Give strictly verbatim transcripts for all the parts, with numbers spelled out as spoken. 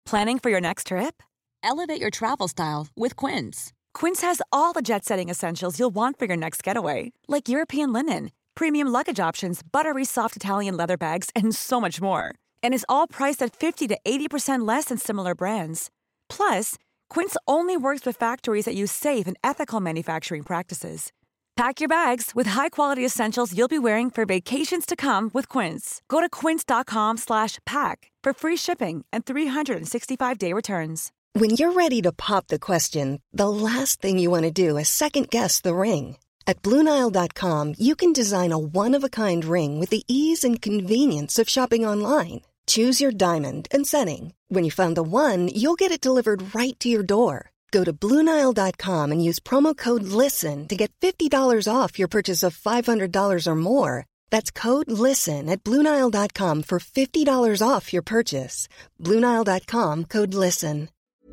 Planning for your next trip? Elevate your travel style with Quince. Quince has all the jet-setting essentials you'll want for your next getaway, like European linen, premium luggage options, buttery soft Italian leather bags, and so much more. And is all priced at fifty to eighty percent less than similar brands. Plus, Quince only works with factories that use safe and ethical manufacturing practices. Pack your bags with high-quality essentials you'll be wearing for vacations to come with Quince. Go to quince.com slash pack for free shipping and three sixty-five day returns. When you're ready to pop the question, the last thing you want to do is second-guess the ring. At Blue Nile dot com, you can design a one-of-a-kind ring with the ease and convenience of shopping online. Choose your diamond and setting. When you find the one, you'll get it delivered right to your door. Go to Blue Nile dot com and use promo code LISTEN to get fifty dollars off your purchase of five hundred dollars or more. That's code LISTEN at Blue Nile dot com for fifty dollars off your purchase. Blue Nile dot com, code LISTEN.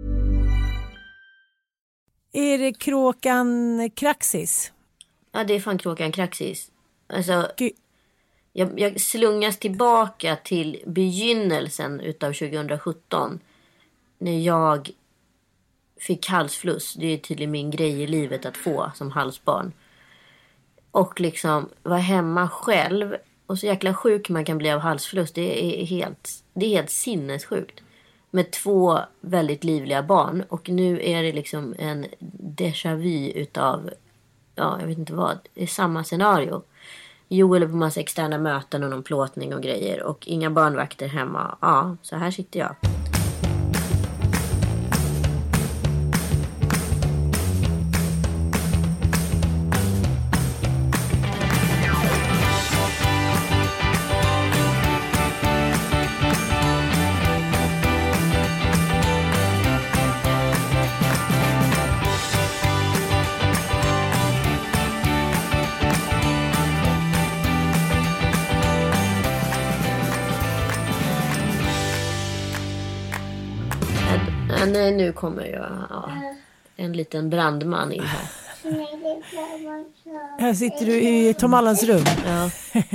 Är det kråkan Kraxis? Ja, det är fan kråkan Kraxis. Alltså, jag, jag slungas tillbaka till begynnelsen utav tjugohundrasjutton. När jag fick halsfluss. Det är tydligen min grej i livet att få som halsbarn. Och liksom var hemma själv. Och så jäkla sjuk man kan bli av halsfluss. Det är helt, det är helt sinnessjukt. Med två väldigt livliga barn. Och nu är det liksom en déjà vu utav, ja, jag vet inte vad. Det är samma scenario. Joel är på massa externa möten och någon plåtning och grejer. Och inga barnvakter hemma. Ja, så här sitter jag. Nej, nu kommer jag ja, en liten brandman in här. Här sitter du i Tom Allans rum. Ja.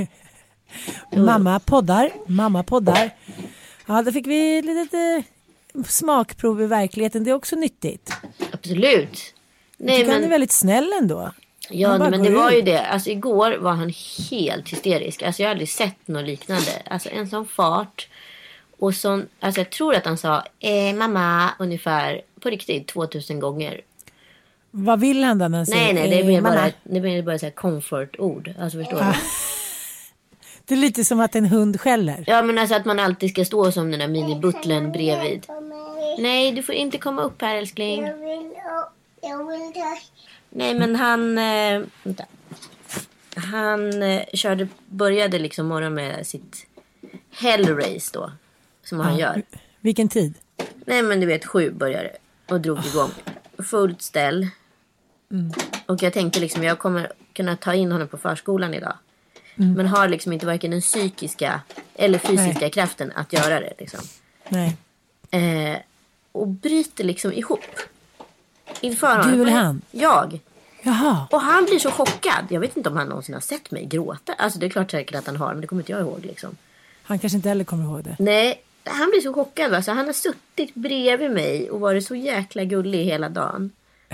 Mamma poddar, mamma poddar. Ja, då fick vi lite smakprov i verkligheten. Det är också nyttigt. Absolut. Nej, du kan men... är väldigt snäll ändå. Ja, men det var ju det. Alltså igår var han helt hysterisk. Alltså jag har aldrig sett något liknande. Alltså en sån fart. Och så, alltså jag tror att han sa eh, mamma ungefär på riktigt tvåtusen gånger. Vad vill han då när han säger? Nej, nej, det blir eh, bara, det blir bara så här comfort-ord. Alltså förstår ah. du? Det är lite som att en hund skäller. Ja, men alltså att man alltid ska stå som den där mini-butlern bredvid. Nej, du får inte komma upp här, älskling. Jag vill, jag vill ta... Nej, men han... Eh, vänta. Han eh, körde, började liksom morgon med sitt hellrace då. Som han ja, gör. Vilken tid? Nej, men du vet, sju började och drog igång. Fullt ställ. Mm. Och jag tänkte liksom, jag kommer kunna ta in honom på förskolan idag. Mm. Men har liksom inte varken den psykiska eller fysiska Nej. kraften att göra det liksom. Nej. Eh, och bryter liksom ihop. Inför honom. Du eller han? Jag. Jaha. Och han blir så chockad. Jag vet inte om han någonsin har sett mig gråta. Alltså det är klart säkert att han har, men det kommer inte jag ihåg liksom. Han kanske inte heller kommer ihåg det. Nej, han blir så chockad. Alltså, han har suttit bredvid mig och varit så jäkla gullig hela dagen.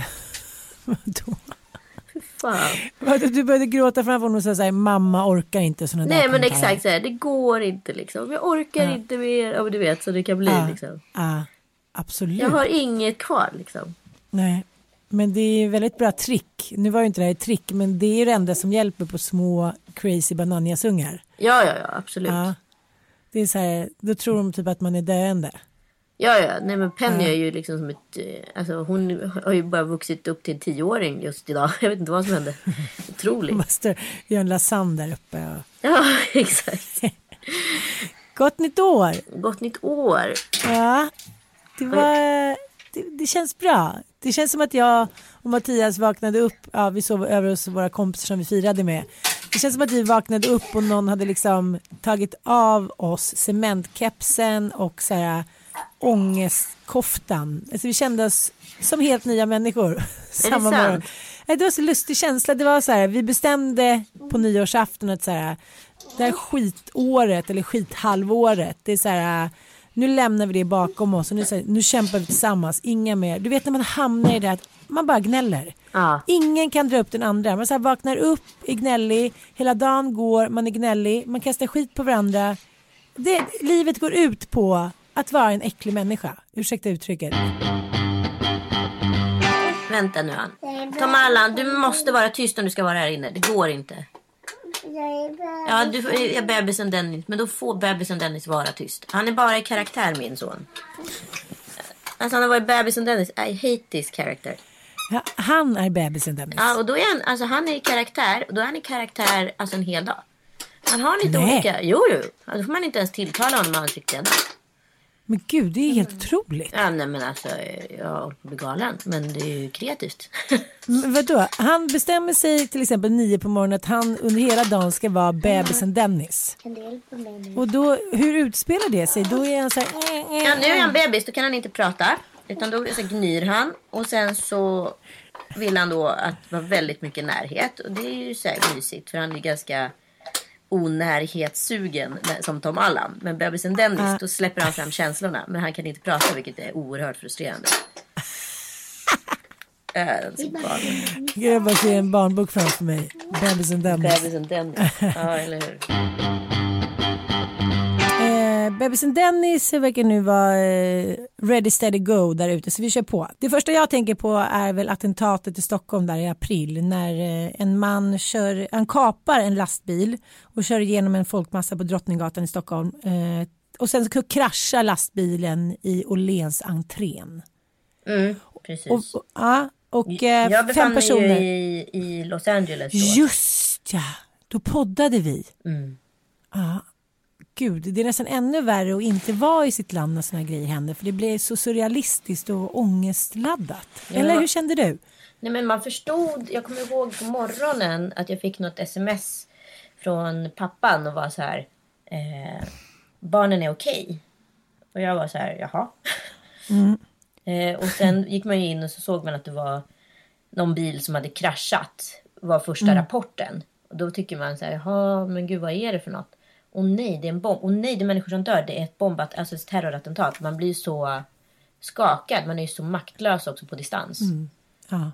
Vadå? Fy fan. Du började gråta framför honom och säga mamma orkar inte såna Nej, där men kommentarer. Exakt så här, det går inte liksom. Jag orkar ja. inte mer. Ja, du vet, så det kan bli ja. liksom. Ja, absolut. Jag har inget kvar liksom. Nej, men det är väldigt bra trick. Nu var ju inte det här ett trick, men det är det enda som hjälper på små crazy bananjasungar. Ja, ja, ja, absolut. Ja. Det är så här, då tror de typ att man är döende. Ja, ja. Nej, men Penny ja. är ju liksom som ett... Alltså, hon har ju bara vuxit upp till en tioåring just idag. Jag vet inte vad som hände. Otroligt. Hon måste göra en lasagne där uppe. Och... Ja, exakt. Gott nytt år. Gott nytt år. Ja, det var... Det, det känns bra. Det känns som att jag och Mattias vaknade upp. Ja, vi sov över hos våra kompisar som vi firade med. Det känns som att vi vaknade upp och någon hade liksom tagit av oss cementkepsen och så här ångestkoftan. Alltså vi kände oss som helt nya människor. Samma morgon. Det var så lustig känsla. Det var så här, vi bestämde på nyårsafton att så här, det här skitåret eller skithalvåret, det är så här, nu lämnar vi det bakom oss och nu, nu kämpar vi tillsammans, inga mer. Du vet när man hamnar i det att man bara gnäller. Ja. Ingen kan dra upp den andra. Man så här vaknar upp, är gnällig, hela dagen går, man är gnällig, man kastar skit på varandra. Det, livet går ut på att vara en äcklig människa. Ursäkta uttrycket. Vänta nu, Ann. Tom Allan, du måste vara tyst om du ska vara här inne. Det går inte. Ja, du är bebisen Dennis, men då får bebisen Dennis vara tyst. Han är bara i karaktär, min son. Alltså han har varit bebisen Dennis. I hate this character. Ja, han är bebisen Dennis. Ja, och då är han, alltså han är i karaktär, och då är han i karaktär alltså en hel dag. Han har lite Nej. olika, jo jo, då får man inte ens tilltala honom med ansikten. Men gud, det är helt otroligt. Ja, nej men alltså, jag håller på att bli galen, men det är ju kreativt. Men vadå? Han bestämmer sig till exempel nio på morgonen att han under hela dagen ska vara bebisen Dennis. Och då, hur utspelar det sig? Då är han så här... Ja, nu är han bebis, då kan han inte prata. Utan då så gnyr han. Och sen så vill han då att vara väldigt mycket närhet. Och det är ju så här mysigt, för han är ganska onärhetssugen som Tom Allan. Men bebisen Dennis, uh. då släpper han fram känslorna. Men han kan inte prata, vilket är oerhört frustrerande. äh, Jag bara ser en barnbok framför mig. Bebisen Dennis. Bebisen Dennis, ja eller hur. Bebisen Dennis verkar nu vara eh, ready, steady, go där ute, så vi kör på. Det första jag tänker på är väl attentatet i Stockholm där i april när eh, en man kör, han kapar en lastbil och kör igenom en folkmassa på Drottninggatan i Stockholm eh, och sen så kraschar lastbilen i Åhléns entrén. Mm, precis. Och, och, ja, och eh, jag befann fem personer. mig i, i Los Angeles då. Just ja, då poddade vi. Mm. Ja. Gud, det är nästan ännu värre att inte vara i sitt land när såna här grejer händer. För det blir så surrealistiskt och ångestladdat. Ja. Eller hur kände du? Nej, men man förstod, jag kommer ihåg på morgonen att jag fick något sms från pappan och var så här, eh, barnen är okej. Och jag var så här, jaha. Mm. eh, och sen gick man ju in och så såg man att det var någon bil som hade kraschat. Var första mm. rapporten. Och då tycker man så här, jaha, men gud, vad är det för något? Och nej, det är en bomb. Och nej, det är människor som dör. Det är ett bombat, alltså ett terrorattentat. Man blir så skakad. Man är ju så maktlös också på distans. Mm. Ja.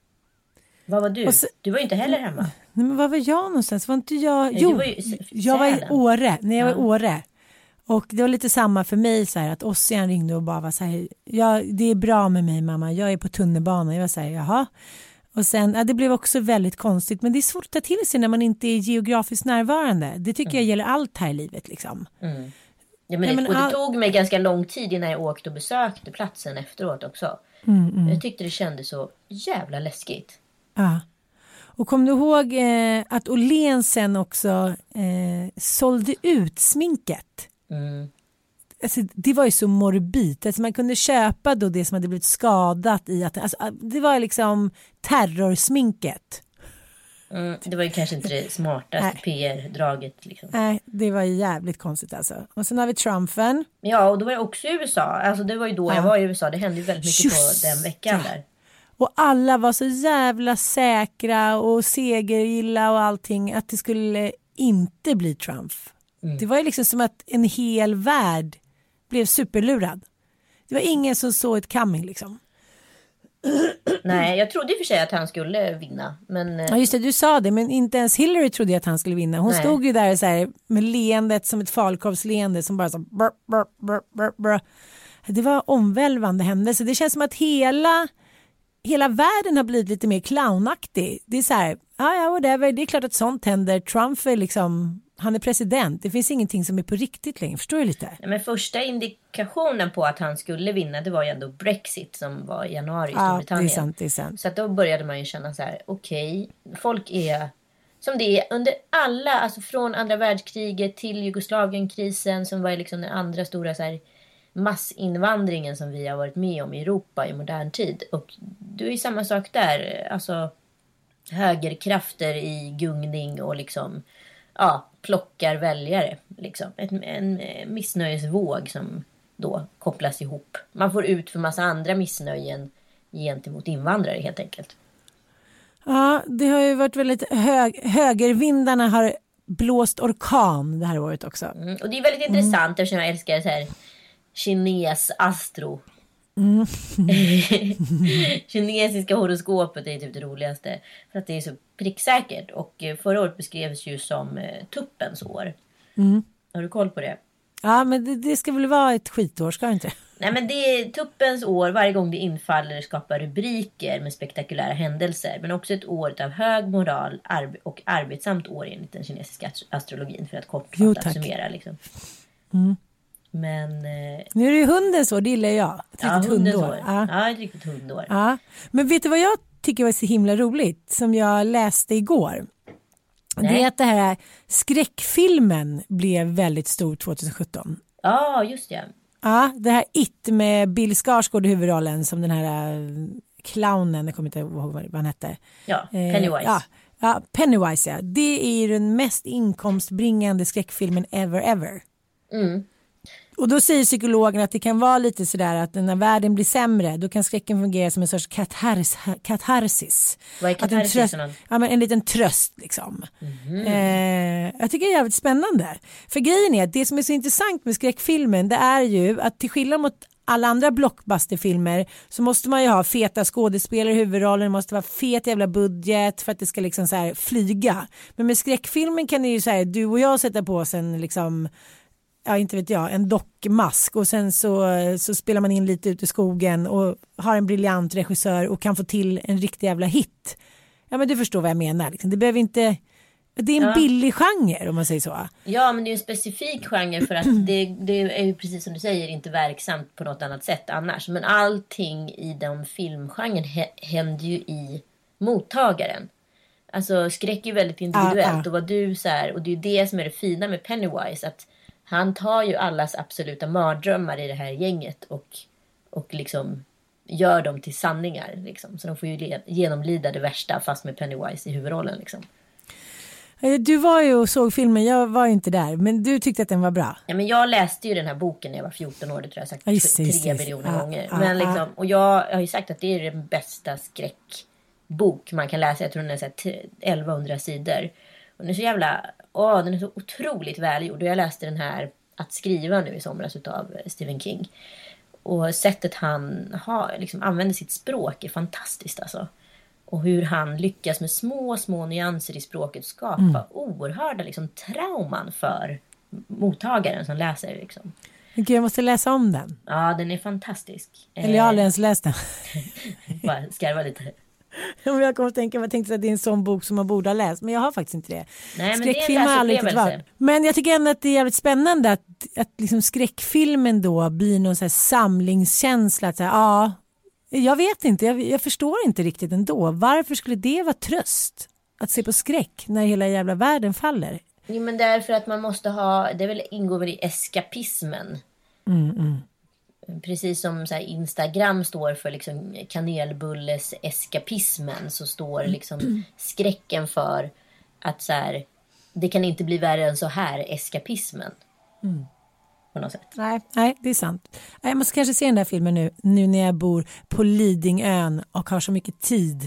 Vad var du? Så, du var ju inte heller hemma. Nej, men vad var jag någonstans? Var inte jag... Nej, jo, var ju jag var i Åre. Nej, jag var i ja. Åre. Och det var lite samma för mig så här, att Ossian ringde och bara var så här, ja, det är bra med mig mamma. Jag är på tunnelbanan. Jag var så här, jaha. Och sen, ja, det blev också väldigt konstigt. Men det är svårt att ta till sig när man inte är geografiskt närvarande. Det tycker mm. jag gäller allt här i livet. Liksom. Mm. Ja, men, ja, men och det all... tog mig ganska lång tid innan jag åkte och besökte platsen efteråt också. Mm, mm. Jag tyckte det kändes så jävla läskigt. Ja. Och kom du ihåg eh, att Åhléns sen också eh, sålde ut sminket? Mm. Alltså, det var ju så morbid. Alltså, man kunde köpa då det som hade blivit skadat i att, alltså, det var liksom terrorsminket. Mm, det var ju kanske inte det smartaste Nej. P R-draget. Liksom. Nej, det var ju jävligt konstigt alltså. Och sen har vi Trumpen. Ja, och då var jag också i U S A. Alltså det var ju då ja. jag var i U S A. Det hände ju väldigt mycket Just på den veckan där. Och alla var så jävla säkra och segergilla och allting att det skulle inte bli Trump. Mm. Det var ju liksom som att en hel värld blev superlurad. Det var ingen som såg ett coming liksom. Nej, jag trodde i och för sig att han skulle vinna. Men... Ja just det, du sa det. Men inte ens Hillary trodde att han skulle vinna. Hon Nej. stod ju där så här, med leendet som ett falukorvsleende som bara så brr, brr, brr, brr, brr. Det var omvälvande händelse. Det känns som att hela, hela världen har blivit lite mer clownaktig. Det är så här, ja ja whatever. Det är klart att sånt händer. Trump är liksom... Han är president. Det finns ingenting som är på riktigt längre. Förstår du lite? Ja, men första indikationen på att han skulle vinna, det var ju ändå Brexit som var i januari i Storbritannien. Ja, det är sant, det är sant. Så att då började man ju känna så här, okej, okay, folk är som det är under alla, alltså från andra världskriget till Jugoslavienkrisen som var liksom den andra stora så här massinvandringen som vi har varit med om i Europa i modern tid. Och det är ju samma sak där, alltså högerkrafter i gungning och liksom ja, plockar väljare liksom. Ett, en missnöjesvåg som då kopplas ihop. Man får ut för massa andra missnöjen gentemot invandrare helt enkelt. Ja, det har ju varit väldigt hög, högervindarna har blåst orkan det här året också. Mm, och det är väldigt mm. intressant eftersom jag älskar så här kines astro. Mm. Kinesiska horoskopet är typ det roligaste. För att det är så pricksäkert. Och förra året beskrevs ju som eh, tuppens år. Mm. Har du koll på det? Ja, men det, det ska väl vara ett skitår, ska det inte? Nej, men det är tuppens år. Varje gång det infaller skapar rubriker med spektakulära händelser. Men också ett år av hög moral arb- och arbetsamt år enligt den kinesiska astrologin. För att kortfattat summera liksom. Mm. Men... Eh, nu är det ju hundens år, det gillar jag. Ett ja, riktigt hundens hundår. år. Ja. Ja, ett riktigt hundår. Ja. Men vet du vad jag tycker var så himla roligt? Som jag läste igår. Nej. Det är att det här skräckfilmen blev väldigt stor tjugohundrasjutton. Ja, just det. Ja, det här It med Bill Skarsgård i huvudrollen som den här uh, clownen, jag kommer inte ihåg vad han hette. Ja, Pennywise. Eh, ja, ja, Pennywise, ja. Det är ju den mest inkomstbringande skräckfilmen ever, ever. Mm. Och då säger psykologen att det kan vara lite sådär att när världen blir sämre då kan skräcken fungera som en sorts katars, katarsis. Vad är katarsis? Tröst, ja, men en liten tröst liksom. Mm. Eh, jag tycker det är jävligt spännande. För grejen är att det som är så intressant med skräckfilmen det är ju att till skillnad mot alla andra blockbusterfilmer så måste man ju ha feta skådespelare i huvudrollen, det måste vara fet jävla budget för att det ska liksom så här flyga. Men med skräckfilmen kan det ju så här, du och jag sätta på sen liksom ja, inte vet jag, en dockmask och sen så, så spelar man in lite ut i skogen och har en briljant regissör och kan få till en riktig jävla hit. Ja, men du förstår vad jag menar. Liksom. Det behöver inte... Det är en ja. billig genre om man säger så. Ja, men det är en specifik genre för att det, det är ju precis som du säger inte verksamt på något annat sätt annars. Men allting i den filmgenren händer ju i mottagaren. Alltså skräck är ju väldigt individuellt ah, ah. och vad du så här, och det är ju det som är det fina med Pennywise att han tar ju allas absoluta mardrömmar i det här gänget och, och liksom gör dem till sanningar. Liksom. Så de får ju genomlida det värsta fast med Pennywise i huvudrollen. Liksom. Du var ju och såg filmen, jag var ju inte där. Men du tyckte att den var bra. Ja, men jag läste ju den här boken när jag var fjorton år. Det tror jag sagt just, tre just, miljoner just. gånger. Ja, men liksom, och jag, jag har ju sagt att det är den bästa skräckbok man kan läsa. Jag tror den är så här elvahundra sidor. Och den är så jävla... Åh, den är så otroligt välgjord. Och jag läste den här Att skriva nu i somras utav Stephen King. Och sättet han har, liksom, använder sitt språk är fantastiskt alltså. Och hur han lyckas med små, små nyanser i språket skapa mm. oerhörda liksom, trauman för mottagaren som läser. Liksom. Gud, jag måste läsa om den. Ja, den är fantastisk. Eller jag har aldrig ens läst den. Bara skarva lite. Jag kommer att tänka, jag tänkte att det är en sån bok som man borde ha läst. Men jag har faktiskt inte det. Nej, skräckfilm har aldrig riktigt varit. Men jag tycker ändå att det är jävligt spännande att, att liksom skräckfilmen då blir någon så här samlingskänsla. Att så här, ja, jag vet inte, jag, jag förstår inte riktigt ändå. Varför skulle det vara tröst? Att se på skräck när hela jävla världen faller? Jo, men därför att man måste ha, det väl, ingår väl i eskapismen. Mm, mm. Precis som så här, Instagram står för liksom kanelbulles eskapismen så står liksom skräcken för att så här, det kan inte bli värre än så här eskapismen. Mm. På något sätt. Nej, nej, det är sant. Jag måste kanske se den där filmen nu, nu när jag bor på Lidingön och har så mycket tid.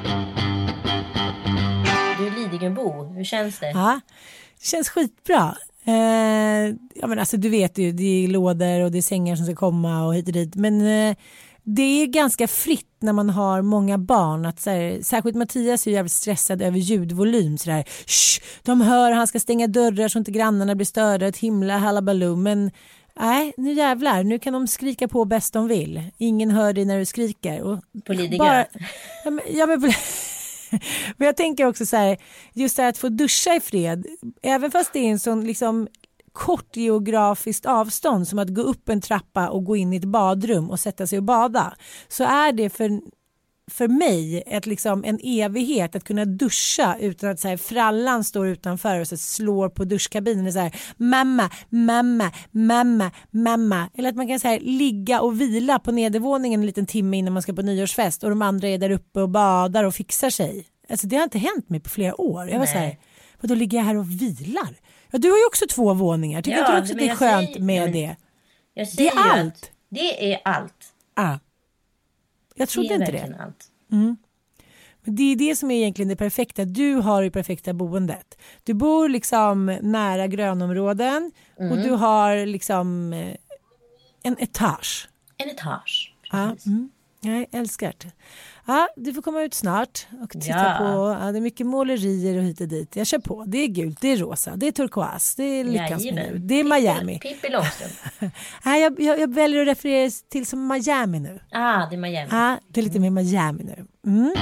Du är Lidingöbo, hur känns det? Ja, det känns skitbra. Eh, ja, men alltså, du vet ju, det är lådor och det är sängar som ska komma och hit och dit. Men eh, det är ganska fritt när man har många barn. Att, så här, särskilt Mattias är ju jävligt stressad över ljudvolym. Så där, shh, de hör, han ska stänga dörrar så inte grannarna blir störda. Ett himla halabaloo. Men nej, nu jävlar, nu kan de skrika på bäst de vill. Ingen hör dig när du skriker. Och på Lidingö? Bara, ja, men, ja, men men jag tänker också så här, just det här att få duscha i fred, även fast det är en sån liksom kort geografiskt avstånd som att gå upp en trappa och gå in i ett badrum och sätta sig och bada, så är det för, för mig ett, liksom, en evighet att kunna duscha utan att så här, frallan står utanför och så slår på duschkabinen och så här, mamma, mamma, mamma, mamma. Eller att man kan så här, ligga och vila på nedervåningen en liten timme innan man ska på nyårsfest och de andra är där uppe och badar och fixar sig. Alltså det har inte hänt mig på flera år. Jag var så här, vad då ligger jag här och vilar? Ja, du har ju också två våningar. Tycker ja, inte också att det är skönt säger, med men, det? Jag det är allt. Det är allt. Ah. Jag trodde det är inte det. Allt. Mm. Men det är det som är egentligen det perfekta. Du har det perfekta boendet. Du bor liksom nära grönområden mm. och du har liksom en etage. En etage. Ja, mm. Jag älskar det. Ja, du får komma ut snart och titta ja. på. Ja, det är mycket målerier och hit och dit. Jag kör på. Det är gult, det är rosa, det är turkoas, det är lyckans nu. Det är Miami. Pippi Långstrump. Nej, jag, jag, jag väljer att referera till som Miami nu. Ah, det är Miami. Ja, det är lite mer Miami nu. Mm.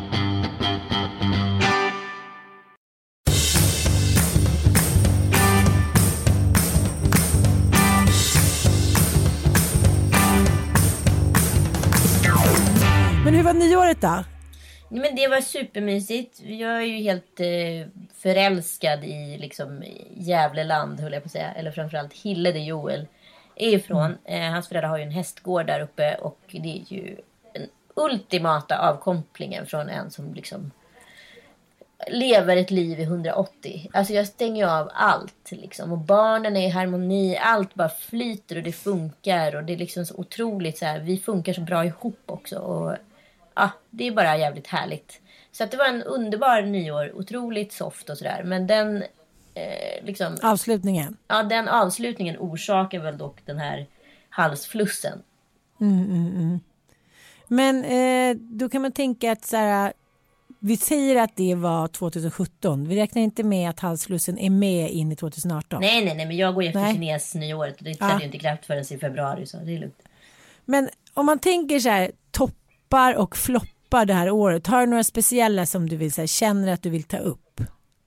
Men hur var nyåret då? Nej, men det var supermysigt. Jag är ju helt eh, förälskad i liksom Gävleland, höll jag på att säga. Eller framförallt Hille där Joel är ifrån. Mm. Eh, hans föräldrar har ju en hästgård där uppe. Och det är ju den ultimata avkopplingen från en som liksom lever ett liv i hundraåttio. Alltså jag stänger av allt liksom. Och barnen är i harmoni. Allt bara flyter och det funkar. Och det är liksom så otroligt så här. Vi funkar så bra ihop också. Och ja, det är bara jävligt härligt. Så att det var en underbar nyår. Otroligt soft och sådär. Men den eh, liksom... Avslutningen. Ja, den avslutningen orsakar väl dock den här halsflussen. Mm, mm, mm. Men eh, då kan man tänka att så här, vi säger att det var tjugohundrasjutton. Vi räknar inte med att halsflussen är med in i tjugoarton. Nej, nej, nej. Men jag går ju efter kines nyåret. Och det träder ja. ju inte i kraft förrän i februari. Så det är lugnt. Men om man tänker så här, toppar och floppar det här året. Har du några speciella som du vill så här, känner att du vill ta upp? Och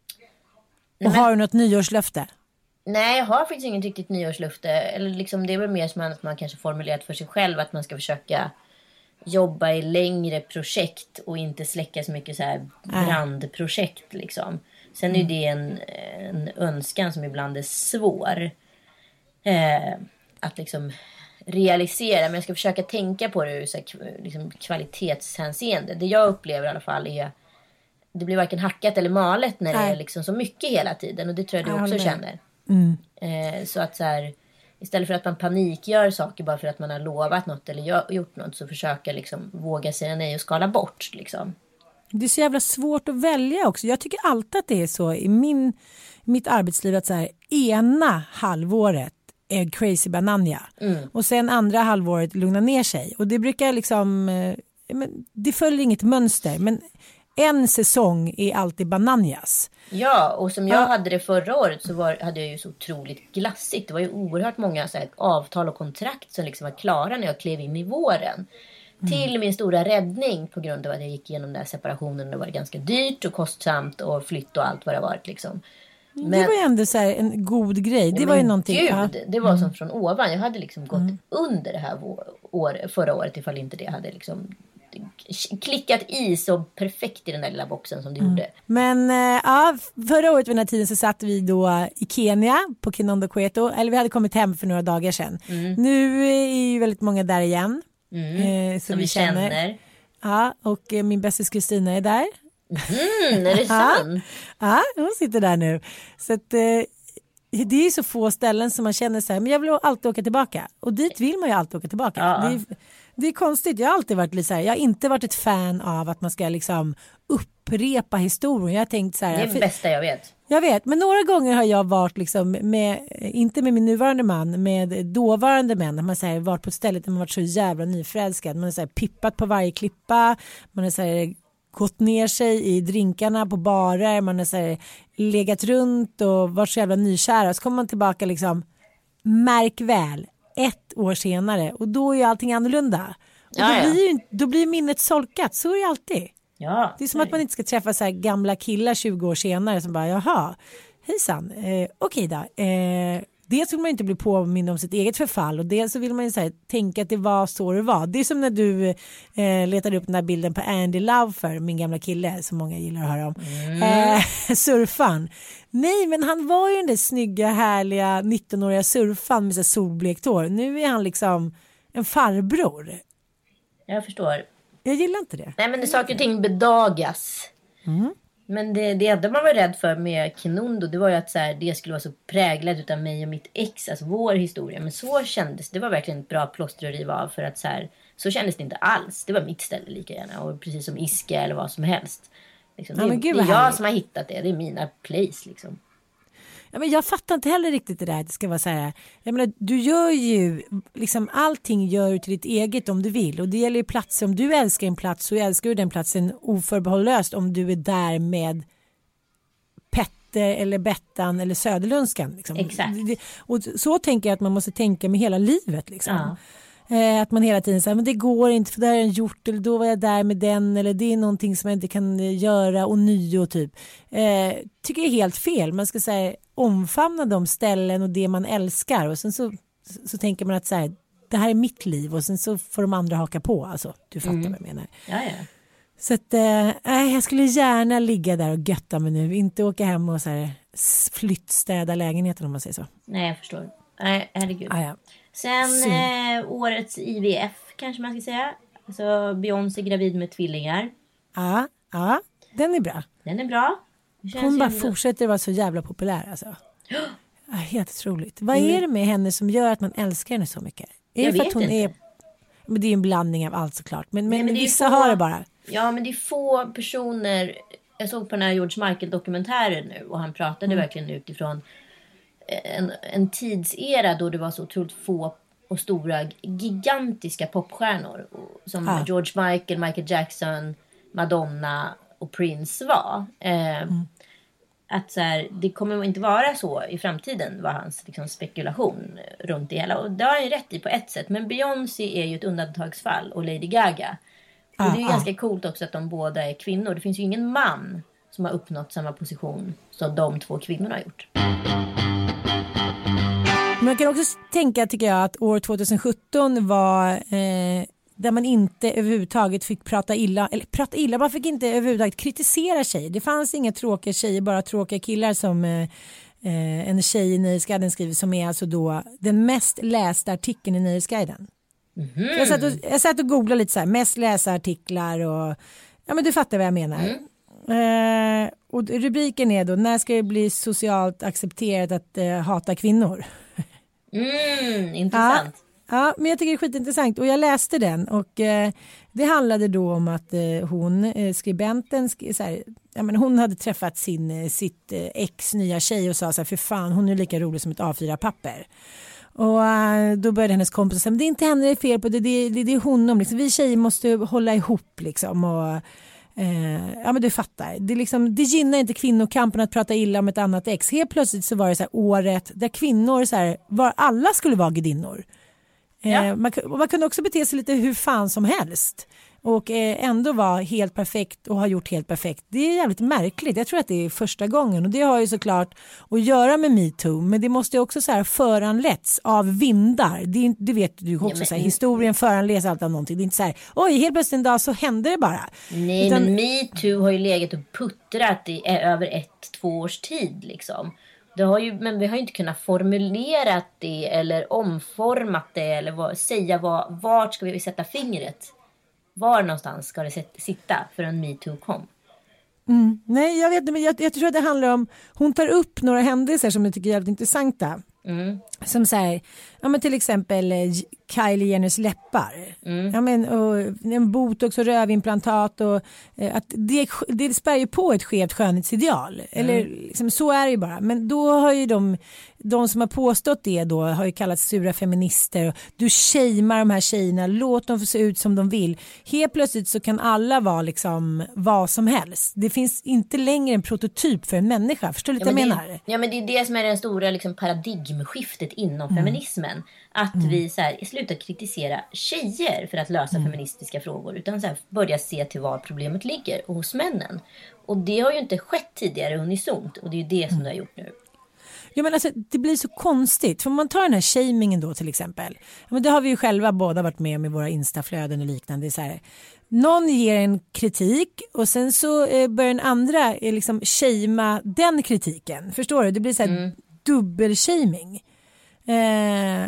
men... har du något nyårslöfte? Nej, jag har faktiskt inget riktigt nyårslöfte. Eller liksom, det är väl mer som att man kanske formulerat för sig själv. Att man ska försöka jobba i längre projekt och inte släcka så mycket så här brandprojekt liksom. Sen är det en, en önskan som ibland är svår eh, att liksom realisera, men jag ska försöka tänka på det ur så här, liksom kvalitetshänseende. Det jag upplever i alla fall är det blir varken hackat eller malet när Nej. det är liksom så mycket hela tiden, och det tror jag du också känner. Mm. Eh, så att så här, istället för att man panikgör saker bara för att man har lovat något eller gör, gjort något, så försöka liksom våga säga nej och skala bort liksom. Det är så jävla svårt att välja också. Jag tycker alltid att det är så i min, mitt arbetsliv att så här, ena halvåret är crazy bananja. Mm. Och sen andra halvåret lugna ner sig. Och det brukar liksom, eh, men det följer inget mönster. Men en säsong är alltid bananjas. Ja, och som jag ja. hade det förra året så var, hade jag ju så otroligt glassigt. Det var ju oerhört många så här, avtal och kontrakt som liksom var klara när jag klev in i våren. Mm. Till min stora räddning på grund av att jag gick igenom den här separationen. Det var ganska dyrt och kostsamt och flytt och allt vad det varit liksom. Men, det var ju ändå så här en god grej. Det men var ju någonting. Gud, ja. det var som från ovan. Jag hade liksom gått mm. under det här år, förra året ifall inte det hade liksom klickat i så perfekt i den där lilla boxen som du mm. gjorde. Men äh, ja, förra året vid den här tiden så satt vi då i Kenya på Kinondo Kweto. Eller vi hade kommit hem för några dagar sedan. Mm. Nu är ju väldigt många där igen. Mm. Eh, som, som vi känner. känner. Ja, och eh, min bästis Kristina är där. Mm, är det sant? Ja, hon sitter där nu. Så att, eh, det är så få ställen som man känner så här, men jag vill alltid åka tillbaka. Och dit vill man ju alltid åka tillbaka. Ja. Det, är, det är konstigt, jag har alltid varit lite så här, jag har inte varit ett fan av att man ska liksom upprepa historien. Jag har tänkt så här, det är det för, bästa jag vet. Jag vet, men några gånger har jag varit liksom med, inte med min nuvarande man, med dåvarande män. Man har varit på ett ställe där man varit så jävla nyförälskad. Man har så här, pippat på varje klippa, man har så här, gått ner sig i drinkarna på barer, man har så här, legat runt och varit så jävla nykära. Så kommer man tillbaka liksom, märk väl, ett år senare, och då är ju allting annorlunda. Och då, ja, ja. Blir ju, då blir minnet solkat, så är det alltid. Ja, det är som nej. Att man inte ska träffa så här gamla killar tjugo år senare som bara, jaha, hejsan, eh, okej då. Eh, dels vill man inte bli påmind om sitt eget förfall, och dels så vill man ju så här, tänka att det var så det var. Det är som när du eh, letade upp den där bilden på Andy Laufer, min gamla kille som många gillar att höra om. Mm. Eh, surfan. Nej, men han var ju den där snygga, härliga nittonåriga surfan med så solblekt hår. Nu är han liksom en farbror. Jag förstår. Jag gillar inte det. Nej, men det saker och ting bedagas. Mm. Men det, det enda man var rädd för med Kinondo, det var ju att så här, det skulle vara så präglad utav mig och mitt ex, alltså vår historia. Men så kändes det, var verkligen ett bra plåster att riva av, för att så här, så kändes det inte alls. Det var mitt ställe lika gärna, och precis som Iske eller vad som helst. Liksom, det, ja, men gud, det är jag härligt. Som har hittat det, det är mina place liksom. Ja, men jag fattar inte heller riktigt det där. Det ska vara så här. Jag menar, du gör ju liksom allting gör du till ditt eget om du vill. Och det gäller ju platser. Om du älskar en plats så älskar du den platsen oförbehållslöst om du är där med Petter eller Bettan eller Söderlundskan. Liksom. Exakt. Och så tänker jag att man måste tänka med hela livet. Liksom. Ja. Eh, att man hela tiden säger men det går inte för det har jag gjort eller då var jag där med den eller det är någonting som jag inte kan göra och nio typ. Eh, tycker jag är helt fel. Man ska säga omfamna de ställen och det man älskar och sen så, så, så tänker man att så här, det här är mitt liv och sen så får de andra haka på. Alltså, du fattar mm. vad jag menar. Ja, ja. Så att eh, jag skulle gärna ligga där och götta mig nu. Inte åka hem och så här, flyttstäda lägenheten om man säger så. Nej, jag förstår. Nej, herregud. Ah, ja. Sen eh, årets I V F kanske man ska säga. Alltså Beyoncé gravid med tvillingar. Ja, ja, den är bra. Den är bra. Hon bara ändå... fortsätter vara så jävla populär alltså. Ja, helt otroligt. Vad mm. är det med henne som gör att man älskar henne så mycket? Är jag det för att hon inte. är... Men det är en blandning av allt såklart. Men, men, Nej, men vissa få... har det bara. Ja, men det är få personer. Jag såg på den här George Michael-dokumentären nu. Och han pratade mm. verkligen utifrån en, en tidsera då det var så otroligt få och stora gigantiska popstjärnor. Som ah. George Michael, Michael Jackson, Madonna och Prince var. Eh, mm. Att så här, det kommer inte vara så i framtiden var hans liksom, spekulation runt det hela. Och det har han ju rätt i på ett sätt. Men Beyoncé är ju ett undantagsfall och Lady Gaga. Och ah, det är ju ah. ganska coolt också att de båda är kvinnor. Det finns ju ingen man som har uppnått samma position som de två kvinnorna har gjort. Man kan också tänka tycker jag att år tjugosjutton var... Eh... där man inte överhuvudtaget fick prata illa, eller prata illa, man fick inte överhuvudtaget kritisera tjejer. Det fanns inga tråkiga tjejer, bara tråkiga killar som eh, en tjej i Nöjesguiden skriver som är alltså då den mest lästa artikeln i Nöjesguiden. Mm-hmm. Jag, satt och, jag satt och googlade lite så här, mest läsa artiklar och ja men du fattar vad jag menar. Mm. Eh, och rubriken är då, när ska det bli socialt accepterat att eh, hata kvinnor? Mm, intressant. Ja. Ja, men jag tycker det är skitintressant och jag läste den och eh, det handlade då om att eh, hon, eh, skribenten, sk- så här, ja, men hon hade träffat sin, eh, sitt eh, ex nya tjej och sa så här, för fan hon är lika rolig som ett A fyra-papper. Och eh, då började hennes kompis säga, men det är inte henne det är fel på, det, det, det, det är honom, liksom. Vi tjejer måste hålla ihop liksom och eh, ja men du fattar, det, liksom, det gynnar inte kvinnokampen att prata illa om ett annat ex. Helt plötsligt så var det så här året där kvinnor så här, var alla skulle vara gudinnor. Ja. Eh, man, man kunde också bete sig lite hur fan som helst och eh, ändå vara helt perfekt och ha gjort helt perfekt. Det är jävligt märkligt. Jag tror att det är första gången och det har ju såklart att göra med MeToo, men det måste också så här föranletts av vindar. Det, det vet du också, ja, men, så här, historien föranleds allt av någonting. Det är inte så här, oj helt plötsligt en dag så händer det bara. Nej, utan, men MeToo har ju legat och puttrat i över ett, två års tid liksom. Det har ju, men vi har ju inte kunnat formulera det eller omformat det eller vad, säga vad, vart ska vi sätta fingret? Var någonstans ska det sitta för en MeToo kom? Mm, nej, jag vet inte, men jag, jag tror att det handlar om, hon tar upp några händelser som jag tycker är jävligt intressanta. Mm. Som säger, ja men till exempel Kylie Jenners läppar. Mm. Ja men och en botox och rövimplantat och att det, det spär ju på ett skevt skönhetsideal. Mm. Eller liksom, så är det ju bara. Men då har ju de, de som har påstått det då har ju kallats sura feminister. Och du shamear de här tjejerna, låt dem få se ut som de vill. Helt plötsligt så kan alla vara liksom vad som helst. Det finns inte längre en prototyp för en människa. Förstår du lite ja, vad jag det, menar? Ja men det är det som är den stora liksom, paradigmskiftet inom mm. feminismen. Att mm. vi så här, slutar kritisera tjejer för att lösa mm. feministiska frågor. Utan så här, börja se till var problemet ligger och hos männen. Och det har ju inte skett tidigare unisont. Och det är ju det som mm. det har gjort nu. Ja, men alltså, det blir så konstigt. För om man tar den här shamingen då till exempel. Men det har vi ju själva båda varit med om i våra instaflöden och liknande. Det är så här, någon ger en kritik och sen så eh, börjar den andra eh, liksom shamea den kritiken. Förstår du? Det blir så här mm. dubbelshaming. Eh,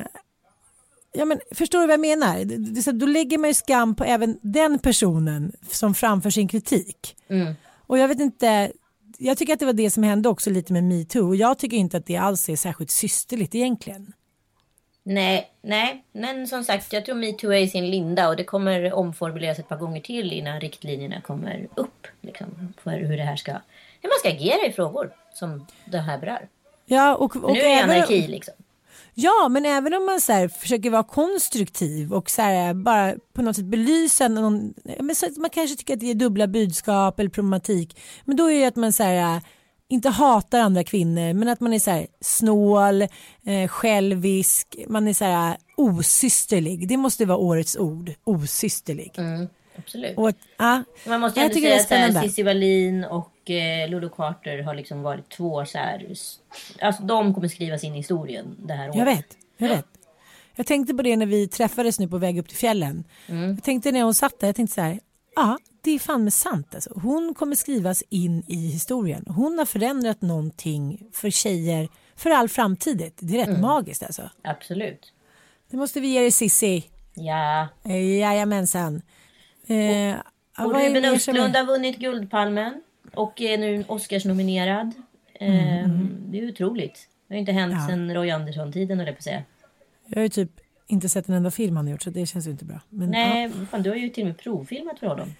ja, men förstår du vad jag menar? Det, det, så då lägger man ju skam på även den personen som framför sin kritik. Mm. Och jag vet inte... Jag tycker att det var det som hände också lite med MeToo. Och jag tycker inte att det alls är särskilt systerligt egentligen. Nej, nej. Men som sagt, jag tror MeToo är i sin linda. Och det kommer omformuleras ett par gånger till innan riktlinjerna kommer upp. Liksom, för hur det här ska... Hur man ska agera i frågor som det här berör. Ja, och, och nu är det även, anarki liksom. Ja, men även om man så här, försöker vara konstruktiv och så här, bara på något sätt belysa någon, men så, man kanske tycker att det är dubbla budskap eller problematik, men då är det att man så här, inte hatar andra kvinnor, men att man är så här, snål, eh, självisk, man är så här, osysterlig. Det måste vara årets ord, osysterlig. Mm, absolut. Och, ah, man måste ju ändå säga att Cissi Wallin och eh, Lulu Carter har liksom varit två så här, alltså de kommer skriva sin historien det här året. Jag vet, jag vet. Jag tänkte på det när vi träffades nu på väg upp till fjällen. Mm. Jag tänkte när hon satt där, jag tänkte så här, ja, det är fan med sant alltså. Hon kommer skrivas in i historien. Hon har förändrat någonting för tjejer för all framtid. Det är rätt mm. magiskt alltså. Absolut. Det måste vi ge dig, Cissi. Ja. Jajamensan. Eh, och och Ruben Östlund har vunnit Guldpalmen och är nu Oscars-nominerad. Eh, mm. Det är otroligt. Det har inte hänt ja. sedan Roy Andersson-tiden, eller på att säga. Jag har ju typ inte sett en enda film han har gjort, så det känns ju inte bra. Men, nej, ja. fan, du har ju till och med provfilmat för honom.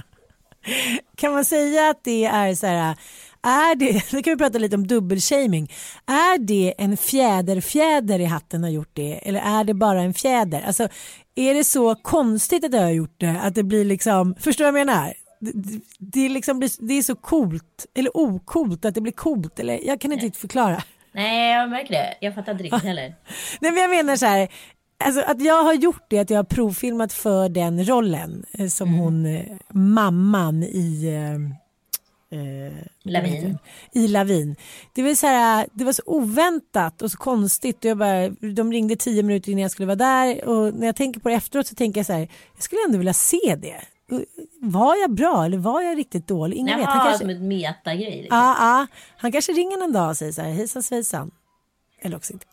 Kan man säga att det är så här, är det, nu kan vi prata lite om dubbelshaming, är det en fjäderfjäder i hatten har gjort det, eller är det bara en fjäder? Alltså, är det så konstigt att jag har gjort det, att det blir liksom, förstår du vad jag menar? Det, det, är liksom, det är så coolt, eller okult att det blir coolt, eller jag kan inte riktigt förklara. Nej, jag märker det. Jag fattar inte riktigt heller. Nej, men jag menar så här, alltså att jag har gjort det, att jag har provfilmat för den rollen eh, som mm. hon, eh, mamman i eh, Lavin. I Lavin. Det var så här, det var så oväntat och så konstigt. Och jag bara, de ringde tio minuter innan jag skulle vara där, och när jag tänker på det efteråt så tänker jag så här, jag skulle ändå vilja se det. Var jag bra eller var jag riktigt dålig? Ingen vet. Han kanske, som ett metagrej. Liksom. Ja, ja. Han kanske ringer en dag och säger så här, hejsan svejsan. Eller också inte.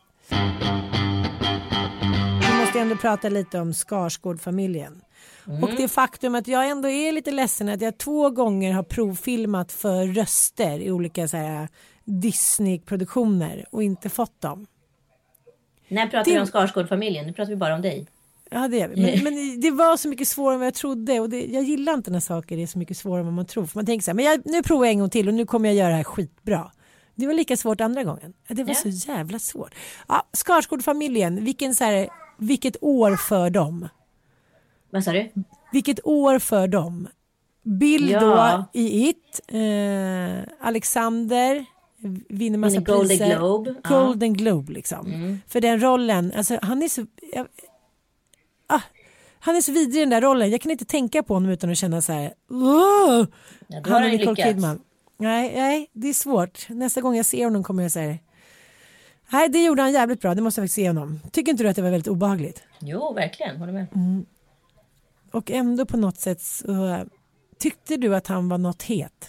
Vi måste ändå prata lite om Skarsgård-familjen. Mm. Och det faktum att jag ändå är lite ledsen att jag två gånger har provfilmat för röster i olika så här Disney-produktioner och inte fått dem. När pratar det... vi om Skarsgård-familjen? Nu pratar vi bara om dig. Ja, det är vi. Men, men det var så mycket svårare än vad jag trodde, och det, jag gillar inte när saker är så mycket svårare än vad man tror. För man tänker så här, men jag, nu provar jag en gång till och nu kommer jag göra det här skitbra. Det var lika svårt andra gången. Det var ja. så jävla svårt. Ja, Skarsgård-familjen, vilken så här, vilket år för dem? Vad sa du? Vilket år för dem? Bill ja. då i It, eh, Alexander vinner massa Golden priser. Globe. Golden ja. Globe liksom. Mm. För den rollen, alltså han är så... Jag, ah, han är så vidrig i den där rollen. Jag kan inte tänka på honom utan att känna så här... Oh! Ja, han är Nicole Kidman. Nej, nej, det är svårt. Nästa gång jag ser honom kommer jag säga... Nej, det gjorde han jävligt bra. Det måste jag faktiskt se honom. Tycker inte du att det var väldigt obehagligt? Jo, verkligen. Håller med. Mm. Och ändå på något sätt så... Tyckte du att han var något het?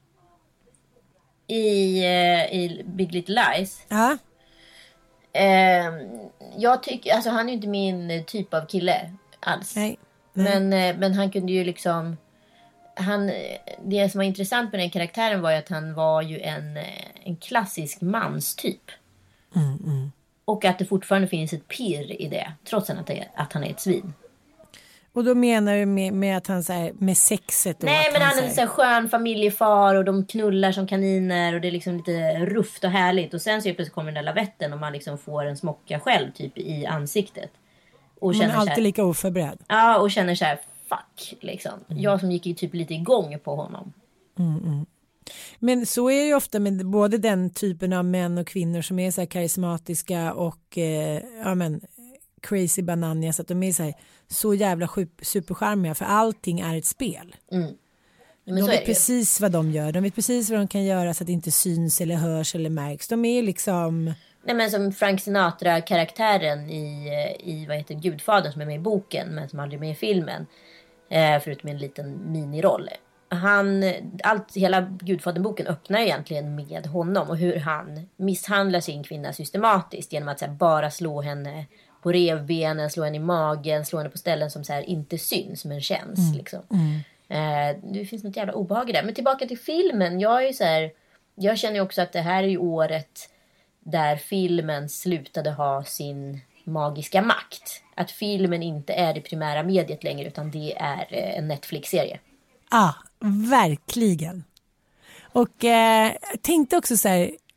I, uh, i Big Little Lies? Ja. Uh, jag tycker... Alltså han är ju inte min typ av kille alls. Nej. Nej. Men, uh, men han kunde ju liksom... Han, det som var intressant med den karaktären var ju att han var ju en, en klassisk manstyp. Mm, mm. Och att det fortfarande finns ett pirr i det, trots att, det, att han är ett svin. Och då menar du med, med att han så här, med sexet? Nej, att men han, han är en så här skön familjefar och de knullar som kaniner och det är liksom lite rufft och härligt. Och sen så plötsligt kommer den där lavetten och man liksom får en smocka själv typ i ansiktet. Och man känner är alltid här, lika oförberedd. Ja, och känner så här, fuck liksom. Mm. Jag som gick i typ lite igång på honom. Mm, mm. Men så är det ju ofta med både den typen av män och kvinnor som är så här karismatiska och eh, ja men crazy banania, så att de är så här, så jävla supercharmiga, för allting är ett spel. Mm. Men de så vet är precis vad de gör. De vet precis vad de kan göra så att det inte syns eller hörs eller märks. De är liksom... Nej, men som Frank Sinatra-karaktären i, i vad heter Gudfadern som är med i boken men som aldrig är med i filmen. Eh, förutom en liten miniroll. Han, allt, hela Gudfadern-boken öppnar egentligen med honom och hur han misshandlar sin kvinna systematiskt genom att så här, bara slå henne på revbenen, slå henne i magen, slå henne på ställen som så här, inte syns men känns. Mm. Liksom. Mm. Eh, det finns något jävla obehag där. Men tillbaka till filmen. Jag, är ju så här, jag känner ju också att det här är ju året där filmen slutade ha sin magiska makt. Att filmen inte är det primära mediet längre utan det är en Netflix-serie. Ja, ah, verkligen. Och eh, jag tänkte också så här,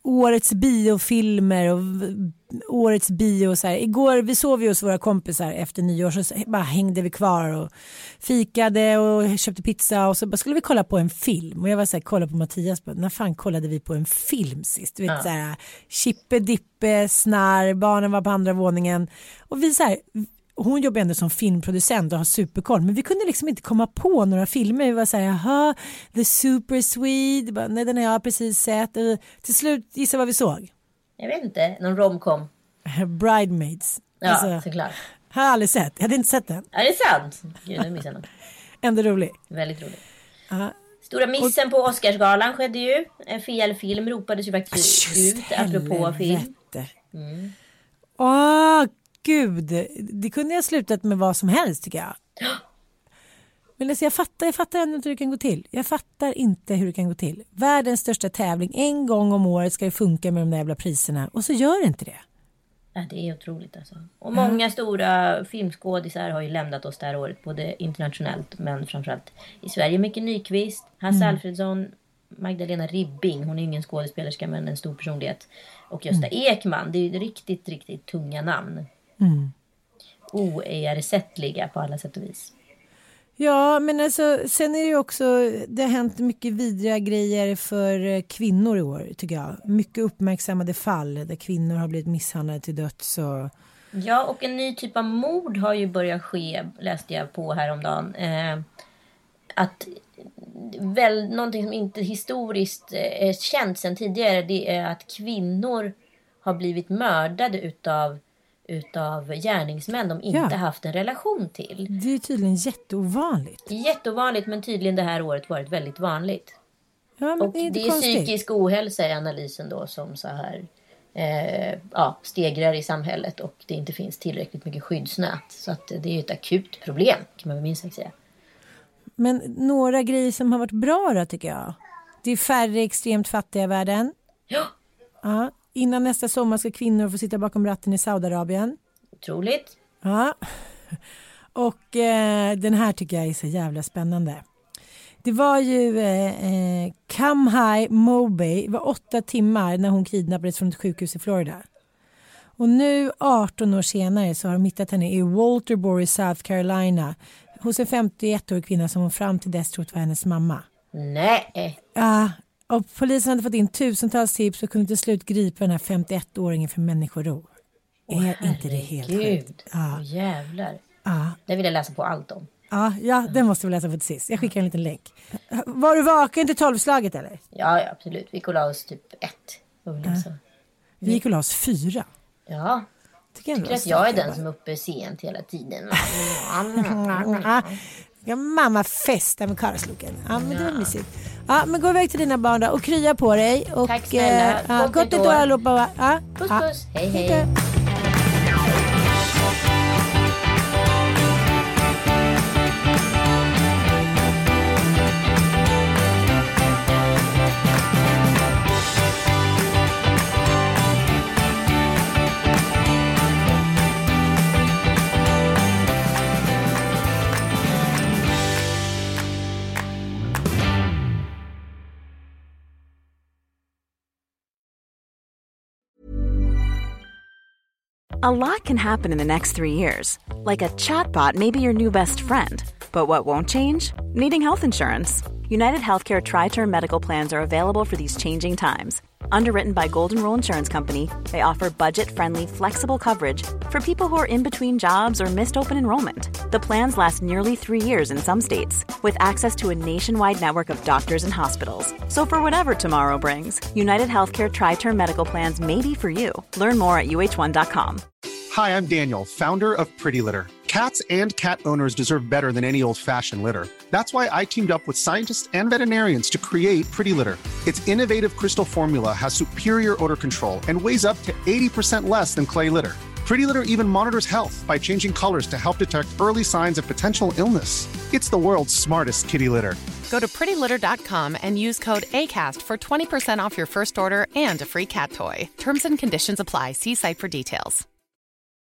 årets biofilmer och årets bio så här. Igår vi sov ju hos våra kompisar efter nyår, så bara hängde vi kvar och fikade och köpte pizza och så bara skulle vi kolla på en film och jag var så här, kolla på Mattias, när fan kollade vi på en film sist, du vet, ja. Så här chippe dippe snarr, barnen var på andra våningen och vi så här, hon jobbar ändå som filmproducent och har superkoll, men vi kunde liksom inte komma på några filmer. Vi var så här, jaha, The Super Swede, bara, nej den har jag precis sett. Och till slut, gissa vad vi såg? Jag vet inte, någon romcom. Bridesmaids. Ja, alltså, såklart. Har jag aldrig sett, jag hade inte sett den. Ja, det är sant. Gud, nu missade jag. Ändå rolig. Väldigt rolig. Uh, Stora missen och... på Oscarsgalan skedde ju. En fel film ropades ju faktiskt Just ut, apropå film. Mm. Åh, gud, det kunde jag slutat med vad som helst tycker jag. Men alltså, jag fattar, jag fattar ändå inte hur det kan gå till. Jag fattar inte hur det kan gå till. Världens största tävling, en gång om året ska det funka med de där jävla priserna. Och så gör det inte det. Ja, det är otroligt alltså. Och många mm. stora filmskådisar har ju lämnat oss det här året. Både internationellt men framförallt i Sverige. Micke Nyqvist, Hasse mm. Alfredsson, Magdalena Ribbing. Hon är ju ingen skådespelerska men en stor personlighet. Och Gösta mm. Ekman. Det är ju riktigt, riktigt tunga namn. Mm. Oersättliga på alla sätt och vis. Ja, men alltså, sen är det ju också, det har hänt mycket vidriga grejer för kvinnor i år tycker jag. Mycket uppmärksammade fall där kvinnor har blivit misshandlade till döds. Och... Ja, och en ny typ av mord har ju börjat ske, läste jag på häromdagen. Eh, att väl någonting som inte historiskt är känt sedan tidigare, det är att kvinnor har blivit mördade utav utav gärningsmän de inte ja. haft en relation till. Det är tydligen jätteovanligt. Jätteovanligt, men tydligen det här året varit väldigt vanligt. Ja, men och det är, det är psykisk ohälsa i analysen då som så här eh, ja, stegrar i samhället och det inte finns tillräckligt mycket skyddsnät. Så att det är ett akut problem kan man väl minst sagt säga. Men några grejer som har varit bra då tycker jag. Det är färre extremt fattiga i världen. Ja. Ja. Innan nästa sommar ska kvinnor få sitta bakom ratten i Saudiarabien. Otroligt. Ja. Och eh, den här tycker jag är så jävla spännande. Det var ju eh, Kamhai Mobay. Det var åtta timmar när hon kidnappades från ett sjukhus i Florida. Och nu arton år senare så har de hittat henne i Walterboro i South Carolina. Hos en femtioett-årig kvinna som hon fram till dess trott var hennes mamma. Nej. Ja. Och polisen hade fått in tusentals tips och kunde till slut gripa den här femtioett-åringen för människorov. Åh, är inte det helt sjukt? Ja. Åh, jävlar. Ja. Det vill jag läsa på allt om. Ja, ja, den måste vi läsa på till sist. Jag skickar en liten länk. Var du vaken till tolvslaget eller? Ja, ja absolut. Vi kollade oss typ ett. Ja. Vi kollade oss fyra. Ja. Tycker jag, Tycker att jag är den bara. Som är uppe sent hela tiden. Ja, mamma festar med karlsloken. Ja, men det var mysigt. Ja, men gå iväg till dina barn då och krya på dig. Och, tack snälla. Eh, ja, gott nytt år allihopa. Ja. Puss, puss. Ja. Hej, hej. A lot can happen in the next three years. Like a chatbot may be your new best friend. But what won't change? Needing health insurance. United Healthcare Tri-Term Medical Plans are available for these changing times. Underwritten by Golden Rule Insurance Company, they offer budget-friendly, flexible coverage for people who are in between jobs or missed open enrollment. The plans last nearly three years in some states, with access to a nationwide network of doctors and hospitals. So for whatever tomorrow brings, United Healthcare Tri-Term Medical Plans may be for you. Learn more at U H one dot com. Hi, I'm Daniel, founder of Pretty Litter. Cats and cat owners deserve better than any old-fashioned litter. That's why I teamed up with scientists and veterinarians to create Pretty Litter. Its innovative crystal formula has superior odor control and weighs up to eighty percent less than clay litter. Pretty Litter even monitors health by changing colors to help detect early signs of potential illness. It's the world's smartest kitty litter. Go to pretty litter dot com and use code ACAST for twenty percent off your first order and a free cat toy. Terms and conditions apply. See site for details.